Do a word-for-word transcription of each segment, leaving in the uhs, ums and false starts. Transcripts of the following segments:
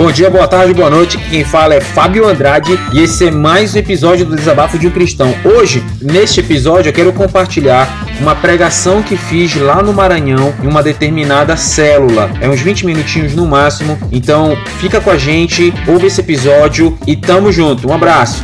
Bom dia, boa tarde, boa noite. Quem fala é Fábio Andrade e esse é mais um episódio do Desabafo de um Cristão. Hoje, neste episódio, eu quero compartilhar uma pregação que fiz lá no Maranhão em uma determinada célula. É uns vinte minutinhos no máximo, então fica com a gente, ouve esse episódio e tamo junto. Um abraço.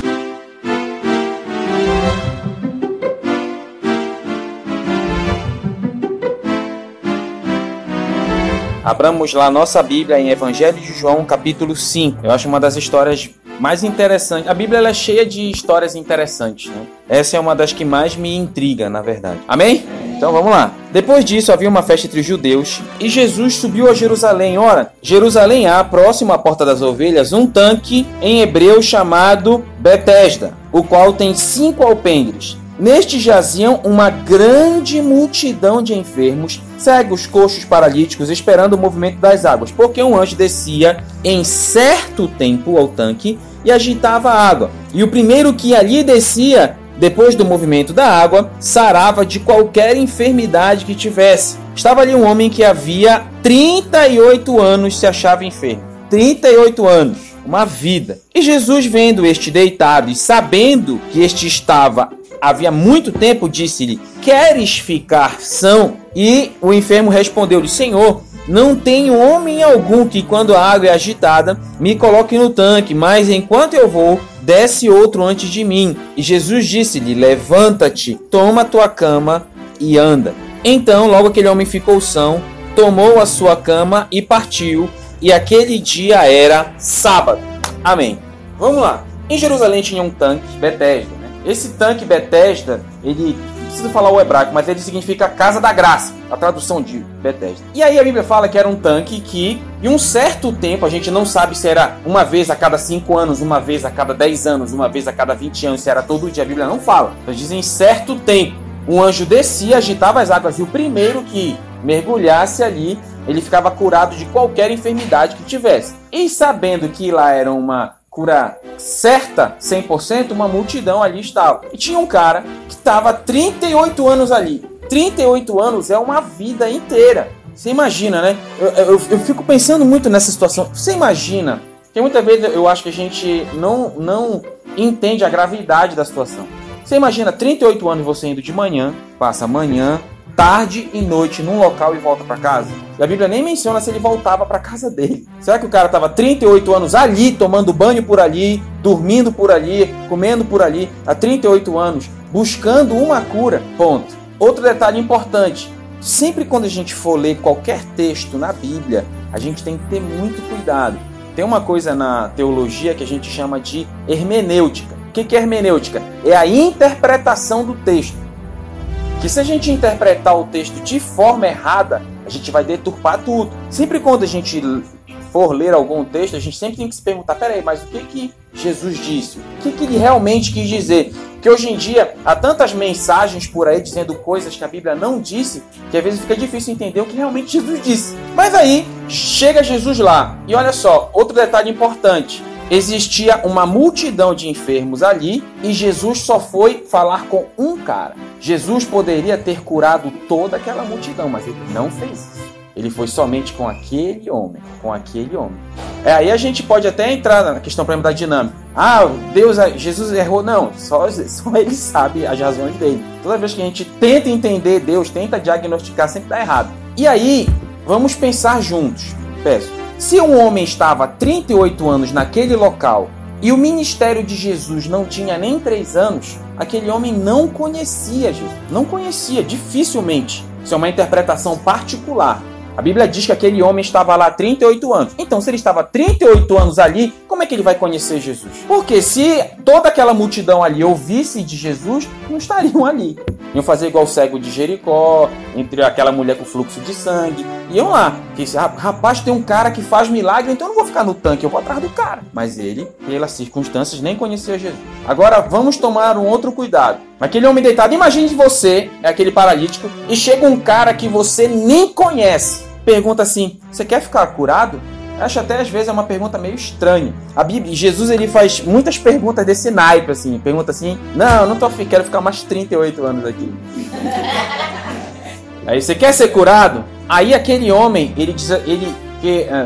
Abramos lá nossa Bíblia em Evangelho de João, capítulo cinco. Eu acho uma das histórias mais interessantes. A Bíblia ela é cheia de histórias interessantes, né? Essa é uma das que mais me intriga, na verdade. Amém? Então vamos lá. Depois disso havia uma festa entre os judeus e Jesus subiu a Jerusalém. Ora, Jerusalém há, próximo à Porta das Ovelhas, um tanque em hebreu chamado Betesda, o qual tem cinco alpendres. Neste jaziam uma grande multidão de enfermos, cegos, coxos, paralíticos, esperando o movimento das águas, porque um anjo descia em certo tempo ao tanque e agitava a água. E o primeiro que ali descia, depois do movimento da água, sarava de qualquer enfermidade que tivesse. Estava ali um homem que havia trinta e oito anos se achava enfermo. trinta e oito anos, uma vida. E Jesus, vendo este deitado e sabendo que este estava havia muito tempo, disse-lhe: queres ficar são? E o enfermo respondeu-lhe: Senhor, não tenho homem algum que, quando a água é agitada, me coloque no tanque, mas enquanto eu vou, desce outro antes de mim. E Jesus disse-lhe: levanta-te, toma tua cama e anda. Então logo aquele homem ficou são, tomou a sua cama e partiu, e aquele dia era sábado. Amém. Vamos lá. Em Jerusalém tinha um tanque, Betesda. Esse tanque Betesda, ele, não preciso falar o hebraico, mas ele significa Casa da Graça, a tradução de Betesda. E aí a Bíblia fala que era um tanque que, em um certo tempo, a gente não sabe se era uma vez a cada cinco anos, uma vez a cada dez anos, uma vez a cada vinte anos, se era todo dia, a Bíblia não fala. Eles dizem em certo tempo. Um anjo descia, agitava as águas, e o primeiro que mergulhasse ali, ele ficava curado de qualquer enfermidade que tivesse. E sabendo que lá era uma cura certa, cem por cento, uma multidão ali estava. E tinha um cara que estava trinta e oito anos ali. trinta e oito anos é uma vida inteira. Você imagina, né? Eu, eu, eu fico pensando muito nessa situação. Você imagina, que muitas vezes eu acho que a gente não, não entende a gravidade da situação. Você imagina trinta e oito anos você indo de manhã, passa manhã, tarde e noite num local e volta para casa. E a Bíblia nem menciona se ele voltava para casa dele. Será que o cara estava trinta e oito anos ali, tomando banho por ali, dormindo por ali, comendo por ali, há trinta e oito anos, buscando uma cura? Ponto. Outro detalhe importante. Sempre quando a gente for ler qualquer texto na Bíblia, a gente tem que ter muito cuidado. Tem uma coisa na teologia que a gente chama de hermenêutica. O que é hermenêutica? É a interpretação do texto. Que se a gente interpretar o texto de forma errada, a gente vai deturpar tudo. Sempre quando a gente for ler algum texto, a gente sempre tem que se perguntar: peraí, mas o que que Jesus disse? O que que ele realmente quis dizer? Porque hoje em dia há tantas mensagens por aí dizendo coisas que a Bíblia não disse, que às vezes fica difícil entender o que realmente Jesus disse. Mas aí chega Jesus lá, e olha só, outro detalhe importante. Existia uma multidão de enfermos ali e Jesus só foi falar com um cara. Jesus poderia ter curado toda aquela multidão, mas ele não fez isso. Ele foi somente com aquele homem, com aquele homem. É, aí a gente pode até entrar na questão, por exemplo, da dinâmica. Ah, Deus, Jesus errou. Não, só, só ele sabe as razões dele. Toda vez que a gente tenta entender Deus, tenta diagnosticar, sempre dá errado. E aí, vamos pensar juntos. Peço. Se um homem estava há trinta e oito anos naquele local e o ministério de Jesus não tinha nem três anos, aquele homem não conhecia Jesus. Não conhecia, dificilmente. Isso é uma interpretação particular. A Bíblia diz que aquele homem estava lá há trinta e oito anos. Então, se ele estava há trinta e oito anos ali, como é que ele vai conhecer Jesus? Porque se toda aquela multidão ali ouvisse de Jesus, não estariam ali. Iam fazer igual o cego de Jericó, entre aquela mulher com fluxo de sangue. Iam lá. Porque, rapaz, tem um cara que faz milagre, então eu não vou ficar no tanque, eu vou atrás do cara. Mas ele, pelas circunstâncias, nem conhecia Jesus. Agora, vamos tomar um outro cuidado. Aquele homem deitado, imagine você, é aquele paralítico, e chega um cara que você nem conhece. Pergunta assim: você quer ficar curado? Acho até às vezes é uma pergunta meio estranha. A Bíblia, Jesus, ele faz muitas perguntas desse naipe, assim. Pergunta assim: não, não tô afim, quero ficar mais trinta e oito anos aqui. Aí, você quer ser curado? Aí aquele homem, ele diz, ele, que, uh,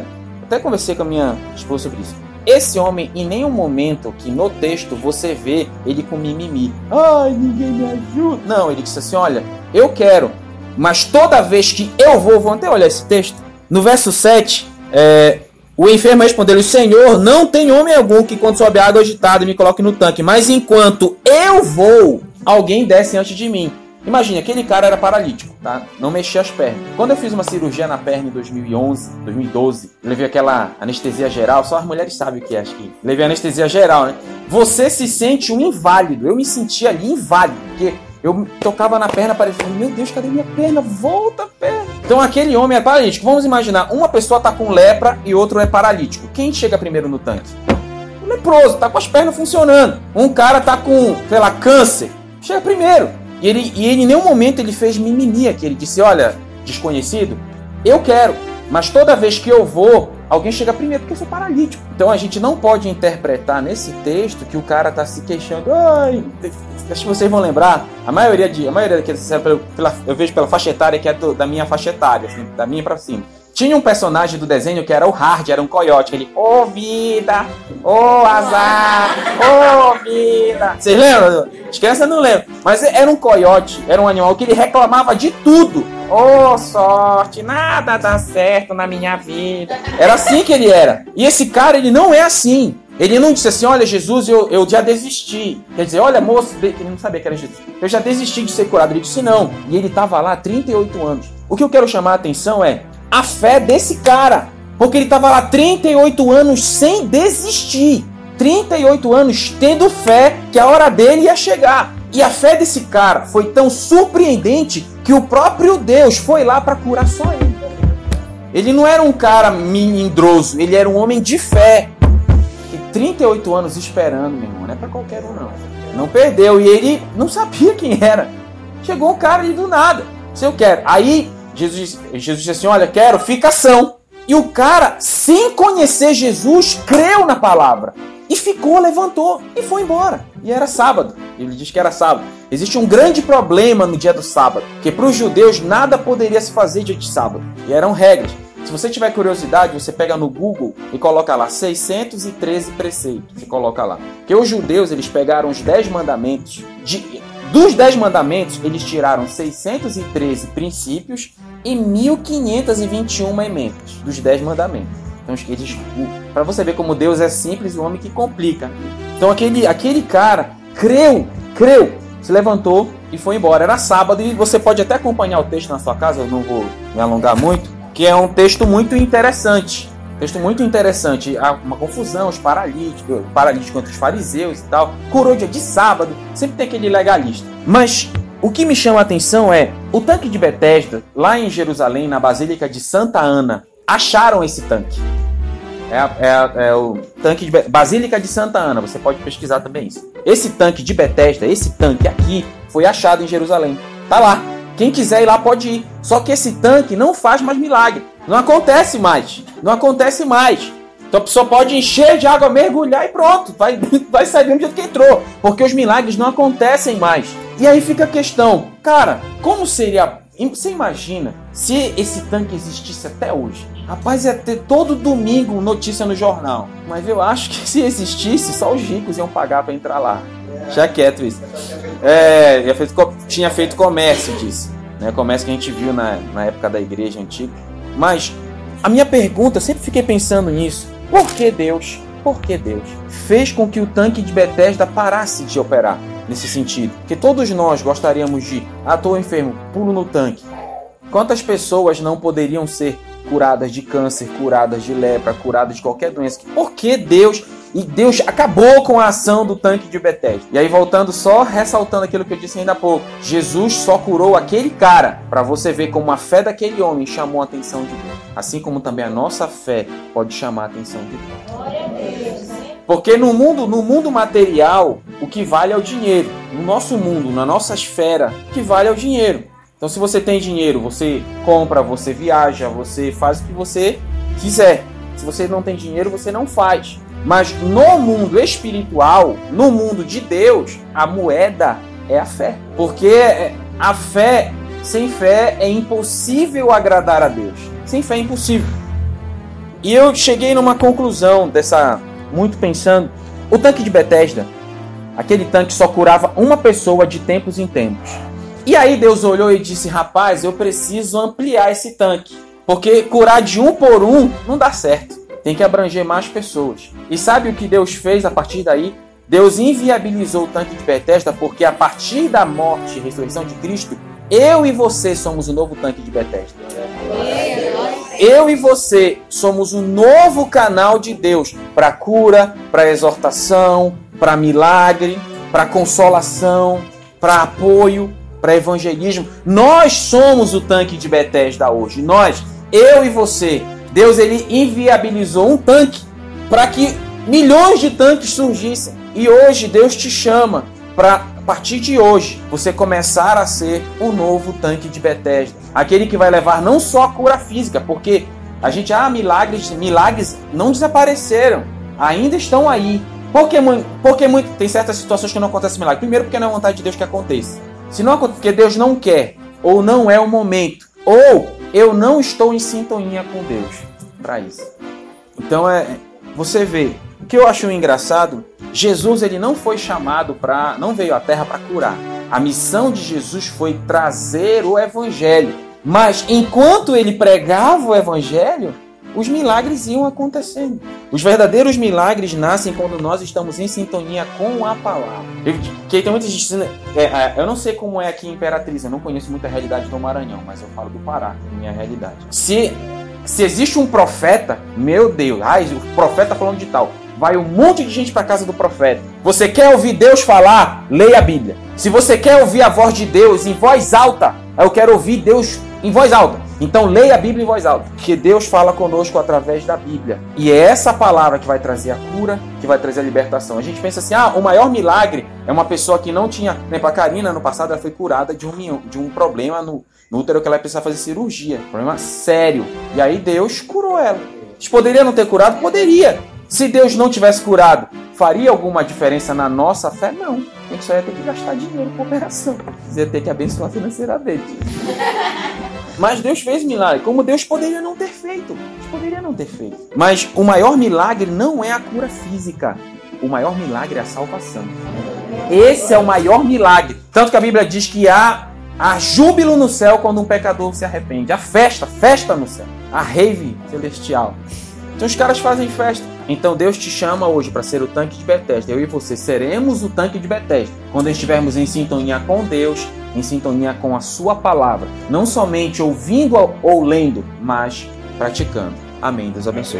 Até conversei com a minha esposa sobre isso. Esse homem, em nenhum momento que no texto você vê ele com mimimi. Ai, ninguém me ajuda. Não, ele disse assim, olha, eu quero, mas toda vez que eu vou, vou até olhar esse texto. No verso sete, é, o enfermo respondeu, Senhor, não tem homem algum que quando sobe a água agitada me coloque no tanque, mas enquanto eu vou, alguém desce antes de mim. Imagina, aquele cara era paralítico, tá? Não mexia as pernas. Quando eu fiz uma cirurgia na perna em dois mil e onze, dois mil e doze, levei aquela anestesia geral, só as mulheres sabem o que é, acho que levei anestesia geral, né? Você se sente um inválido. Eu me senti ali inválido, porque eu tocava na perna, parecia, meu Deus, cadê minha perna? Volta a perna. Então aquele homem é paralítico. Vamos imaginar, uma pessoa tá com lepra e outro é paralítico. Quem chega primeiro no tanque? O leproso, tá com as pernas funcionando. Um cara tá com, sei lá, câncer. Chega primeiro. E ele, e ele em nenhum momento ele fez mimimi aqui. Ele disse, olha, desconhecido, eu quero, mas toda vez que eu vou, alguém chega primeiro, porque eu sou paralítico. Então a gente não pode interpretar nesse texto que o cara está se queixando. Ai, acho que vocês vão lembrar, a maioria de, a maioria daqueles, eu vejo pela faixa etária que é do, da minha faixa etária, assim, da minha pra cima. Tinha um personagem do desenho que era o Hard, era um coiote. Ele, ô oh, vida, ô oh, azar, ô oh, vida. Vocês lembram? As crianças não lembram. Mas era um coiote, era um animal que ele reclamava de tudo. Ô oh, sorte, nada dá certo na minha vida. Era assim que ele era. E esse cara, ele não é assim. Ele não disse assim, olha Jesus, eu, eu já desisti. Quer dizer, olha moço, ele não sabia que era Jesus. Eu já desisti de ser curado. Ele disse não. E ele estava lá há trinta e oito anos. O que eu quero chamar a atenção é a fé desse cara, porque ele estava lá trinta e oito anos sem desistir, trinta e oito anos tendo fé que a hora dele ia chegar. E a fé desse cara foi tão surpreendente que o próprio Deus foi lá para curar só ele. Ele não era um cara melindroso, ele era um homem de fé. E trinta e oito anos esperando, meu irmão, não é para qualquer um não. Não perdeu, e ele não sabia quem era. Chegou um cara ali do nada, se eu quero. Aí Jesus, Jesus disse assim, olha, quero, fica são. E o cara, sem conhecer Jesus, creu na palavra. E ficou, levantou e foi embora. E era sábado. Ele diz que era sábado. Existe um grande problema no dia do sábado. Porque para os judeus nada poderia se fazer dia de sábado. E eram regras. Se você tiver curiosidade, você pega no Google e coloca lá seiscentos e treze preceitos. Você coloca lá. Porque os judeus, eles pegaram os dez mandamentos. De, dos dez mandamentos, eles tiraram seiscentos e treze princípios e mil quinhentas e vinte e uma emendas dos dez mandamentos. Então, eles, para você ver como Deus é simples e o homem que complica. Então, aquele, aquele cara creu, creu, se levantou e foi embora. Era sábado e você pode até acompanhar o texto na sua casa, eu não vou me alongar muito, que é um texto muito interessante. Texto muito interessante. Há uma confusão, os paralíticos, paralíticos contra os fariseus e tal. Curou dia de sábado, sempre tem aquele legalista. Mas o que me chama a atenção é o tanque de Betesda, lá em Jerusalém, na Basílica de Santa Ana, acharam esse tanque. É, é, é o tanque de Be- Basílica de Santa Ana, você pode pesquisar também isso. Esse tanque de Betesda, esse tanque aqui, foi achado em Jerusalém. Tá lá. Quem quiser ir lá pode ir. Só que esse tanque não faz mais milagre. Não acontece mais. Não acontece mais. Então a pessoa pode encher de água, mergulhar e pronto. Vai, vai sair do mesmo jeito que entrou. Porque os milagres não acontecem mais. E aí fica a questão. Cara, como seria... Você imagina se esse tanque existisse até hoje? Rapaz, ia ter todo domingo notícia no jornal. Mas eu acho que se existisse, só os ricos iam pagar para entrar lá. Já quieto isso. É, tinha feito comércio disso. Né? Comércio que a gente viu na, na época da igreja antiga. Mas a minha pergunta, sempre fiquei pensando nisso. Por que Deus, por que Deus fez com que o tanque de Betesda parasse de operar nesse sentido? Porque todos nós gostaríamos de, ah, tô enfermo, pulo no tanque. Quantas pessoas não poderiam ser curadas de câncer, curadas de lepra, curadas de qualquer doença? Por que Deus... E Deus acabou com a ação do tanque de Betesda. E aí, voltando só, ressaltando aquilo que eu disse ainda há pouco. Jesus só curou aquele cara, para você ver como a fé daquele homem chamou a atenção de Deus. Assim como também a nossa fé pode chamar a atenção de Deus. Porque no mundo, no mundo material, o que vale é o dinheiro. No nosso mundo, na nossa esfera, o que vale é o dinheiro. Então, se você tem dinheiro, você compra, você viaja, você faz o que você quiser. Se você não tem dinheiro, você não faz. Mas no mundo espiritual, no mundo de Deus, a moeda é a fé. Porque a fé, sem fé, é impossível agradar a Deus. Sem fé é impossível. E eu cheguei numa conclusão dessa, muito pensando, o tanque de Betesda, aquele tanque só curava uma pessoa de tempos em tempos. E aí Deus olhou e disse, rapaz, eu preciso ampliar esse tanque, porque curar de um por um não dá certo, tem que abranger mais pessoas. E sabe o que Deus fez a partir daí? Deus inviabilizou o tanque de Betesda, porque a partir da morte e ressurreição de Cristo, eu e você somos o novo tanque de Betesda. Eu e você somos um novo canal de Deus para cura, para exortação, para milagre, para consolação, para apoio, para evangelismo. Nós somos o tanque de Betesda hoje. Nós, eu e você. Deus ele inviabilizou um tanque para que milhões de tanques surgissem. E hoje Deus te chama para, a partir de hoje, você começar a ser o novo tanque de Betesda. Aquele que vai levar não só a cura física, porque a gente, ah, milagres, milagres não desapareceram, ainda estão aí. Porque, porque muito, tem certas situações que não acontecem milagre. Primeiro, porque não é vontade de Deus que aconteça. Se não acontece, porque Deus não quer, ou não é o momento, ou eu não estou em sintonia com Deus para isso. Então, é, você vê, o que eu acho engraçado, Jesus ele não foi chamado para, não veio à Terra para curar. A missão de Jesus foi trazer o Evangelho. Mas enquanto ele pregava o Evangelho, os milagres iam acontecendo. Os verdadeiros milagres nascem quando nós estamos em sintonia com a palavra. Eu, que tem muita gente, é, é, eu não sei como é aqui em Imperatriz, eu não conheço muito a realidade do Maranhão, mas eu falo do Pará, minha realidade. Se, se existe um profeta, meu Deus, ai, o profeta falando de tal, vai um monte de gente para casa do profeta. Você quer ouvir Deus falar? Leia a Bíblia. Se você quer ouvir a voz de Deus em voz alta, eu quero ouvir Deus em voz alta. Então leia a Bíblia em voz alta, porque Deus fala conosco através da Bíblia. E é essa palavra que vai trazer a cura, que vai trazer a libertação. A gente pensa assim, ah, o maior milagre é uma pessoa que não tinha... Nem para a Karina, no passado, ela foi curada de um, de um problema no, no útero que ela precisava fazer cirurgia. Problema sério. E aí Deus curou ela. Poderia não ter curado? Poderia. Se Deus não tivesse curado, faria alguma diferença na nossa fé? Não. A gente só ia ter que gastar dinheiro com operação. Você ia ter que abençoar financeiramente. Mas Deus fez milagre, como Deus poderia não ter feito. Deus poderia não ter feito. Mas o maior milagre não é a cura física. O maior milagre é a salvação. Esse é o maior milagre. Tanto que a Bíblia diz que há, há júbilo no céu quando um pecador se arrepende. Há festa, festa no céu. A rave celestial. Então os caras fazem festa. Então Deus te chama hoje para ser o tanque de Betesda. Eu e você seremos o tanque de Betesda quando estivermos em sintonia com Deus, em sintonia com a sua palavra. Não somente ouvindo ou lendo, mas praticando. Amém. Deus abençoe.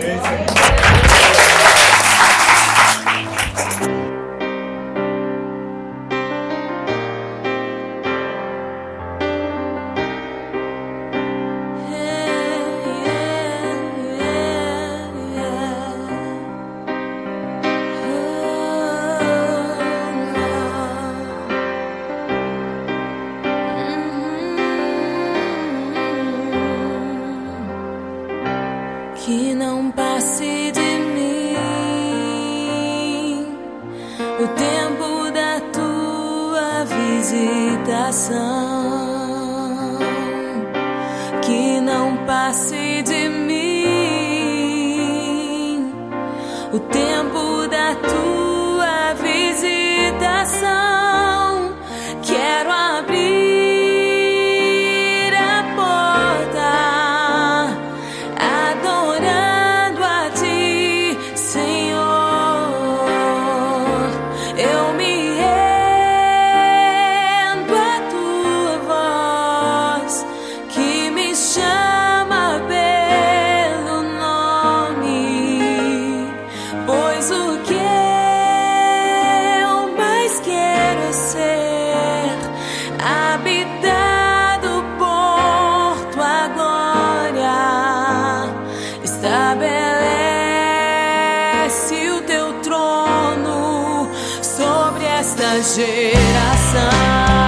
Que não passe de mim o tempo da tua visitação. Que não passe de mim o tempo da tua visitação. Quero abrir geração.